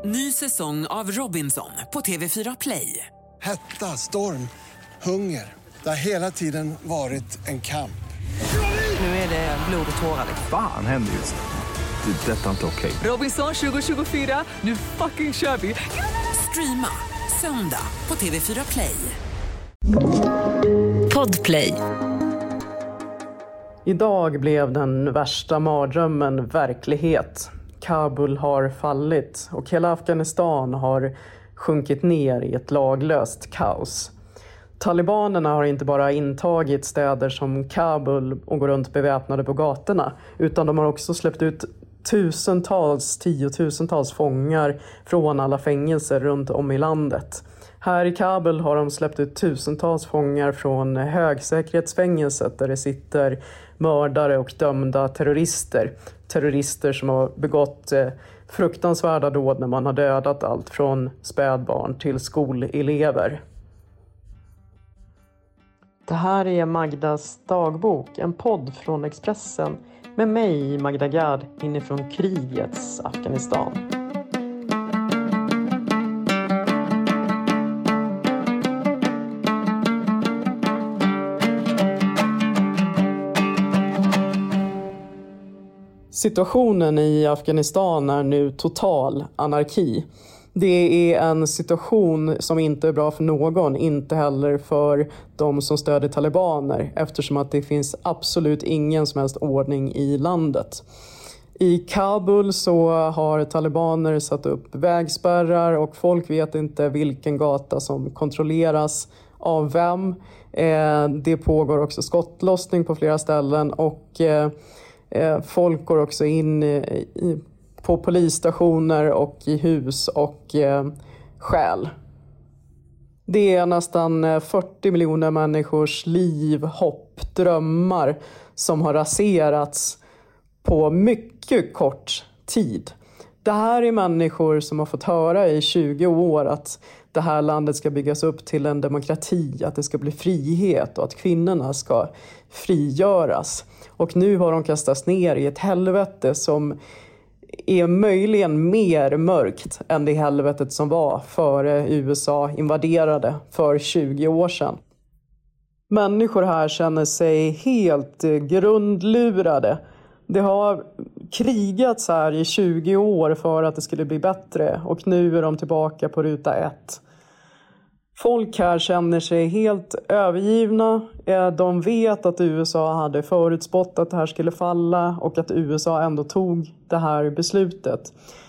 Ny säsong av Robinson på TV4 Play. Hetta, storm, hunger. Det har hela tiden varit en kamp. Nu är det blod och tårar. Fan händer just nu. Det. Detta är inte okej. Robinson 2024, nu fucking kör vi. Streama söndag på TV4 Play. Podplay. Idag blev den värsta mardrömmen verklighet. Kabul har fallit och hela Afghanistan har sjunkit ner i ett laglöst kaos. Talibanerna har inte bara intagit städer som Kabul och går runt beväpnade på gatorna, utan de har också släppt ut tiotusentals fångar från alla fängelser runt om i landet. Här i Kabul har de släppt ut tusentals fångar från högsäkerhetsfängelset där det sitter mördare och dömda terrorister. Terrorister som har begått fruktansvärda dåd när man har dödat allt från spädbarn till skolelever. Det här är Magdas dagbok, en podd från Expressen med mig, Magda Gad, inifrån krigets Afghanistan. Situationen i Afghanistan är nu total anarki. Det är en situation som inte är bra för någon, inte heller för de som stöder talibaner, eftersom att det finns absolut ingen som helst ordning i landet. I Kabul så har talibaner satt upp vägspärrar och folk vet inte vilken gata som kontrolleras av vem. Det pågår också skottlossning på flera ställen och folk går också in på polisstationer och i hus och stjäl. Det är nästan 40 miljoner människors liv, hopp, drömmar som har raserats på mycket kort tid. Det här är människor som har fått höra i 20 år att det här landet ska byggas upp till en demokrati, att det ska bli frihet och att kvinnorna ska frigöras. Och nu har de kastats ner i ett helvete som är möjligen mer mörkt än det helvetet som var före USA invaderade för 20 år sedan. Människor här känner sig helt grundlurade. Det har krigats här i 20 år för att det skulle bli bättre och nu är de tillbaka på ruta 1. Folk här känner sig helt övergivna. De vet att USA hade förutspått att det här skulle falla och att USA ändå tog det här beslutet.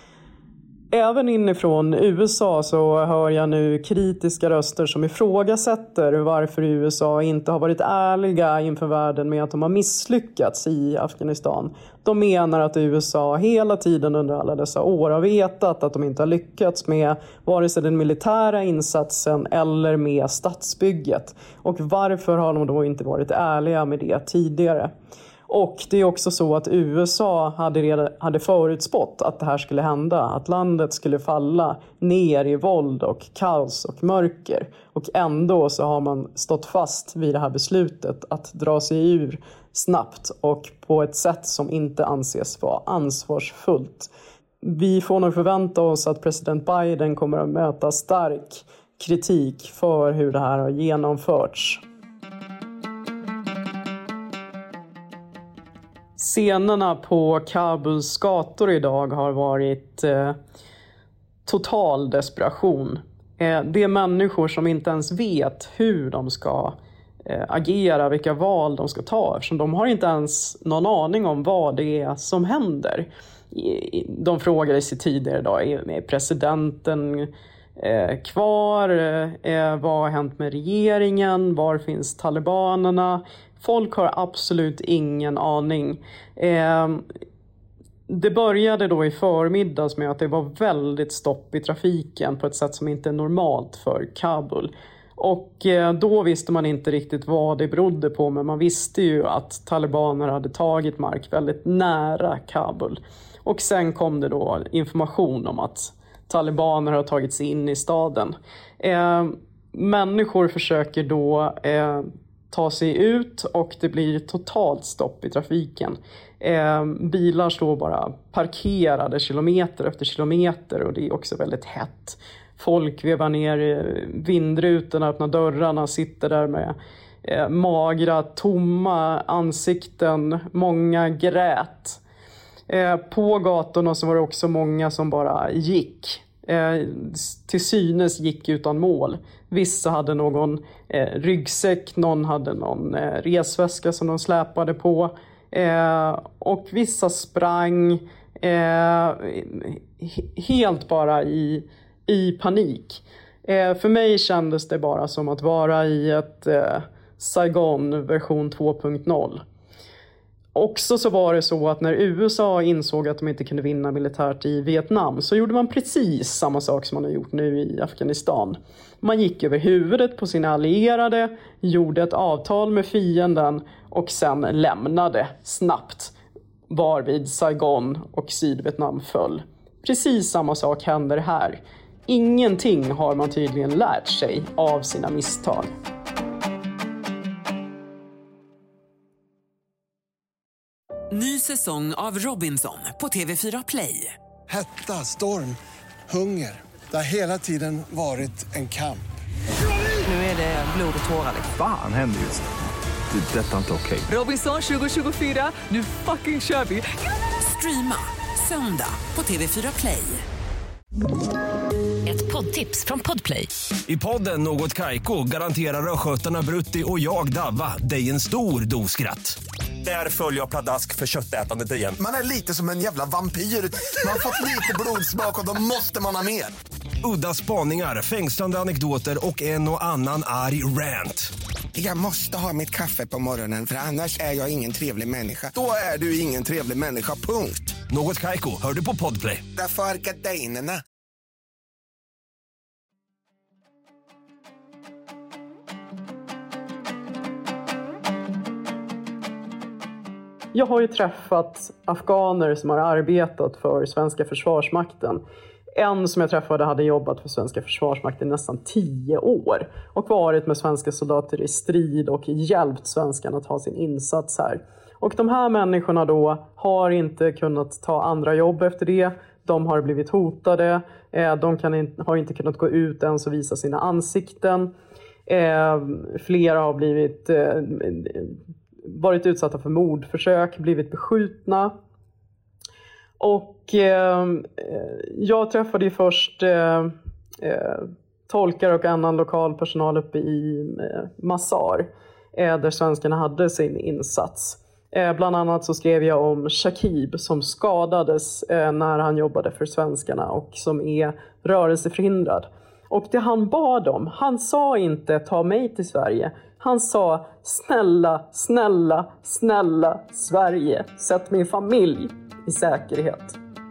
Även inifrån USA så hör jag nu kritiska röster som ifrågasätter varför USA inte har varit ärliga inför världen med att de har misslyckats i Afghanistan. De menar att USA hela tiden under alla dessa år har vetat att de inte har lyckats med vare sig den militära insatsen eller med statsbygget. Och varför har de då inte varit ärliga med det tidigare? Och det är också så att USA hade förutspått att det här skulle hända. Att landet skulle falla ner i våld och kaos och mörker. Och ändå så har man stått fast vid det här beslutet att dra sig ur snabbt och på ett sätt som inte anses vara ansvarsfullt. Vi får nog förvänta oss att president Biden kommer att möta stark kritik för hur det här har genomförts. Scenerna på Kabuls gator idag har varit total desperation. Det är människor som inte ens vet hur de ska agera, vilka val de ska ta. Eftersom de har inte ens någon aning om vad det är som händer. De frågar i sig tidigare idag, är presidenten kvar? Vad har hänt med regeringen? Var finns talibanerna? Folk har absolut ingen aning. Det började då i förmiddags med att det var väldigt stopp i trafiken på ett sätt som inte är normalt för Kabul. Och då visste man inte riktigt vad det berodde på, men man visste ju att talibaner hade tagit mark väldigt nära Kabul. Och sen kom det då information om att talibaner har tagit sig in i staden. Människor försöker då ta sig ut och det blir totalt stopp i trafiken. Bilar står bara parkerade kilometer efter kilometer och det är också väldigt hett. Folk vevar ner vindrutorna, öppnar dörrarna, sitter där med magra, tomma ansikten. Många grät. På gatorna så var det också många som bara gick. Till synes gick utan mål. Vissa hade någon ryggsäck, någon hade någon resväska som de släpade på. Och vissa sprang helt bara i panik. För mig kändes det bara som att vara i ett Saigon version 2.0. Också så var det så att när USA insåg att de inte kunde vinna militärt i Vietnam så gjorde man precis samma sak som man har gjort nu i Afghanistan. Man gick över huvudet på sina allierade, gjorde ett avtal med fienden och sen lämnade snabbt, varvid Saigon och Sydvietnam föll. Precis samma sak händer här. Ingenting har man tydligen lärt sig av sina misstag. Ny säsong av Robinson på TV4 Play. Hetta, storm, hunger. Det har hela tiden varit en kamp. Nu är det blod och tårar. Fan händer just det. Det är detta inte okej. Robinson 2024, nu fucking kör vi. Streama söndag på TV4 Play. Ett poddtips från Podplay. I podden Något Kaiko garanterar röskötarna Brutti och jag Davva dig en stor doskratt. Där följer jag pladask för köttätandet igen. Man är lite som en jävla vampyr. Man har fått lite blodsmak och då måste man ha mer. Udda spaningar, fängslande anekdoter och en och annan arg rant. Jag måste ha mitt kaffe på morgonen för annars är jag ingen trevlig människa. Då är du ingen trevlig människa, punkt. Något Kaiko, hör du på Podplay. Därför är gardinerna. Jag har ju träffat afghaner som har arbetat för svenska försvarsmakten. En som jag träffade hade jobbat för svenska försvarsmakten i nästan 10 år. Och varit med svenska soldater i strid och hjälpt svenskarna att ha sin insats här. Och de här människorna då har inte kunnat ta andra jobb efter det. De har blivit hotade. De har inte kunnat gå ut ens och visa sina ansikten. Flera har varit utsatta för mordförsök, blivit beskjutna. Och jag träffade ju först tolkar och annan lokal personal uppe i Mazar, där svenskarna hade sin insats. Bland annat så skrev jag om Shakib som skadades när han jobbade för svenskarna och som är rörelseförhindrad. Och det han bad om, han sa inte ta mig till Sverige. Han sa snälla, snälla, snälla Sverige, sätt min familj i säkerhet.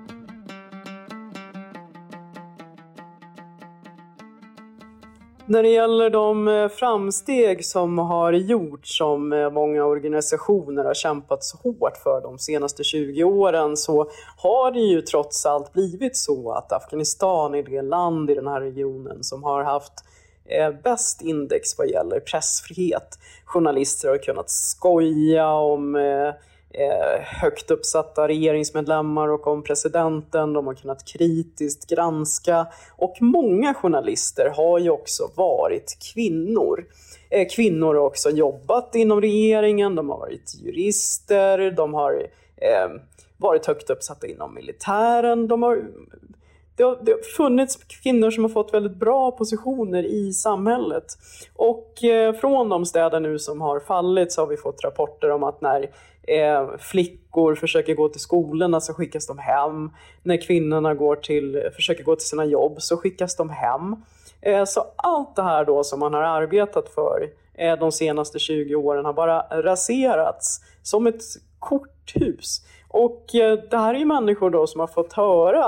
När det gäller de framsteg som har gjorts, som många organisationer har kämpat så hårt för de senaste 20 åren, så har det ju trots allt blivit så att Afghanistan är det land i den här regionen som har haft bäst index vad gäller pressfrihet. Journalister har kunnat skoja om högt uppsatta regeringsmedlemmar och om presidenten. De har kunnat kritiskt granska, och många journalister har ju också varit kvinnor. Kvinnor har också jobbat inom regeringen, de har varit jurister, de har varit högt uppsatta inom militären. Det har funnits kvinnor som har fått väldigt bra positioner i samhället. Och från de städer nu som har fallit så har vi fått rapporter om att när flickor försöker gå till skolorna så skickas de hem. När kvinnorna försöker gå till sina jobb så skickas de hem. Så allt det här då som man har arbetat för de senaste 20 åren har bara raserats som ett korthus. Och det här är ju människor då som har fått höra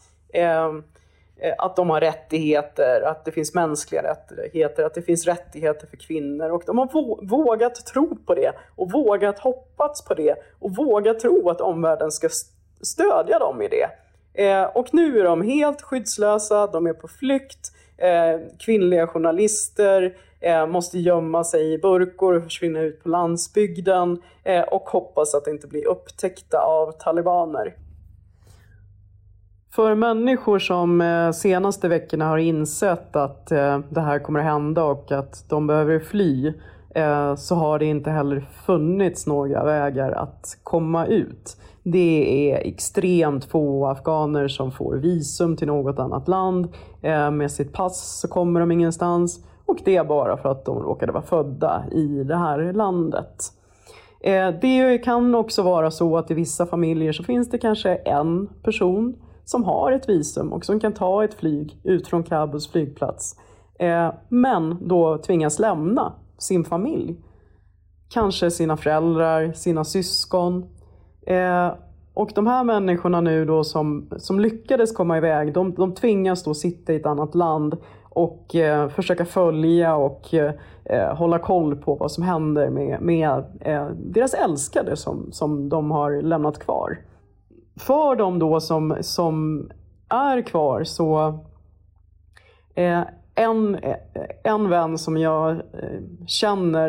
att de har rättigheter, att det finns mänskliga rättigheter, att det finns rättigheter för kvinnor, och de har vågat tro på det och vågat hoppas på det och vågat tro att omvärlden ska stödja dem i det. Och nu är de helt skyddslösa, de är på flykt. Kvinnliga journalister måste gömma sig i burkor och försvinna ut på landsbygden och hoppas att inte bli upptäckta av talibaner. För människor som senaste veckorna har insett att det här kommer att hända och att de behöver fly, så har det inte heller funnits några vägar att komma ut. Det är extremt få afghaner som får visum till något annat land. Med sitt pass så kommer de ingenstans, och det är bara för att de råkade vara födda i det här landet. Det kan också vara så att i vissa familjer så finns det kanske en person som har ett visum och som kan ta ett flyg ut från Kabuls flygplats. Men då tvingas lämna sin familj. Kanske sina föräldrar, sina syskon. Och de här människorna nu då som lyckades komma iväg, de tvingas då sitta i ett annat land och försöka följa och hålla koll på vad som händer med deras älskade som de har lämnat kvar. För dem då som är kvar så en vän som jag känner,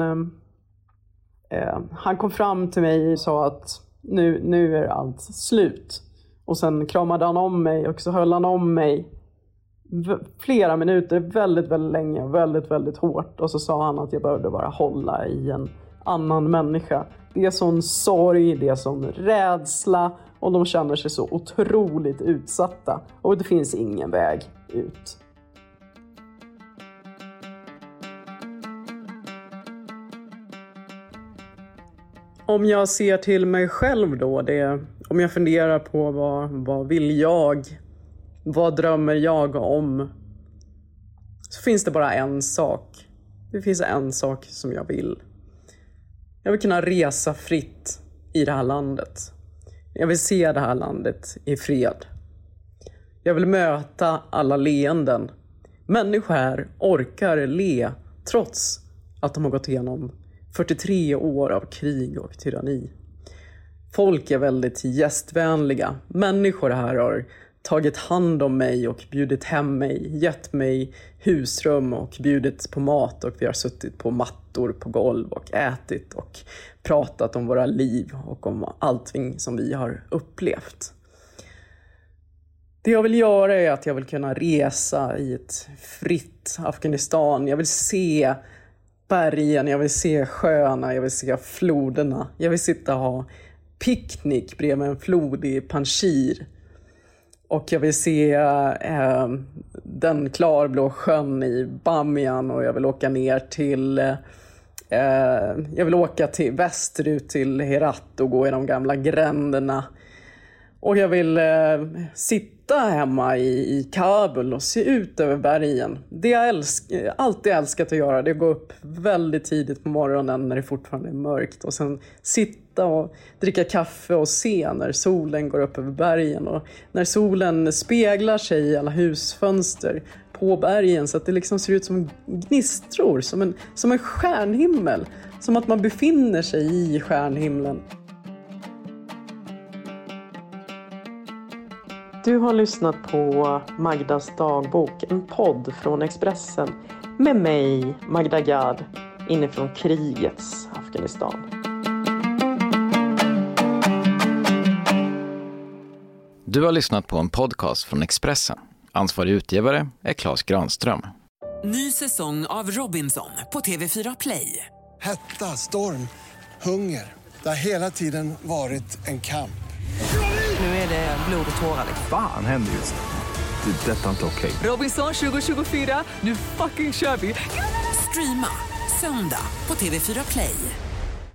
han kom fram till mig och sa att nu är allt slut. Och sen kramade han om mig och så höll han om mig flera minuter, väldigt, väldigt länge, väldigt, väldigt hårt. Och så sa han att jag behövde bara hålla i en annan människa. Det är sån sorg, det är sån rädsla, och de känner sig så otroligt utsatta. Och det finns ingen väg ut. Om jag ser till mig själv då, om jag funderar på vad vill jag, vad drömmer jag om, så finns det bara en sak. Det finns en sak som jag vill. Jag vill kunna resa fritt i det här landet. Jag vill se det här landet i fred. Jag vill möta alla leenden. Människor här orkar le trots att de har gått igenom 43 år av krig och tyranni. Folk är väldigt gästvänliga. Människor här har tagit hand om mig och bjudit hem mig, gett mig husrum och bjudit på mat, och vi har suttit på mattor på golv och ätit och pratat om våra liv och om allting som vi har upplevt. Det jag vill göra är att jag vill kunna resa i ett fritt Afghanistan. Jag vill se bergen, jag vill se sjöarna, jag vill se floderna. Jag vill sitta och ha picknick bredvid en flod i Panjshir. Och jag vill se den klarblå sjön i Bamiyan, och jag vill åka ner till västerut till Herat och gå i de gamla gränderna. Och jag vill sitta hemma i Kabul och se ut över bergen. Det jag alltid älskat att göra, det är att gå upp väldigt tidigt på morgonen när det fortfarande är mörkt. Och sen sitta och dricka kaffe och se när solen går upp över bergen. Och när solen speglar sig i alla husfönster på bergen, så att det liksom ser ut som gnistror, som en stjärnhimmel. Som att man befinner sig i stjärnhimlen. Du har lyssnat på Magdas dagbok, en podd från Expressen med mig, Magda Gad, inifrån krigets Afghanistan. Du har lyssnat på en podcast från Expressen. Ansvarig utgivare är Claes Granström. Ny säsong av Robinson på TV4 Play. Hetta, storm, hunger. Det har hela tiden varit en kamp. Nu är det blod och tårar. Fan händer just det. Det är detta inte okej. Robinson 2024, nu fucking kör vi. Streama söndag på TV4 Play.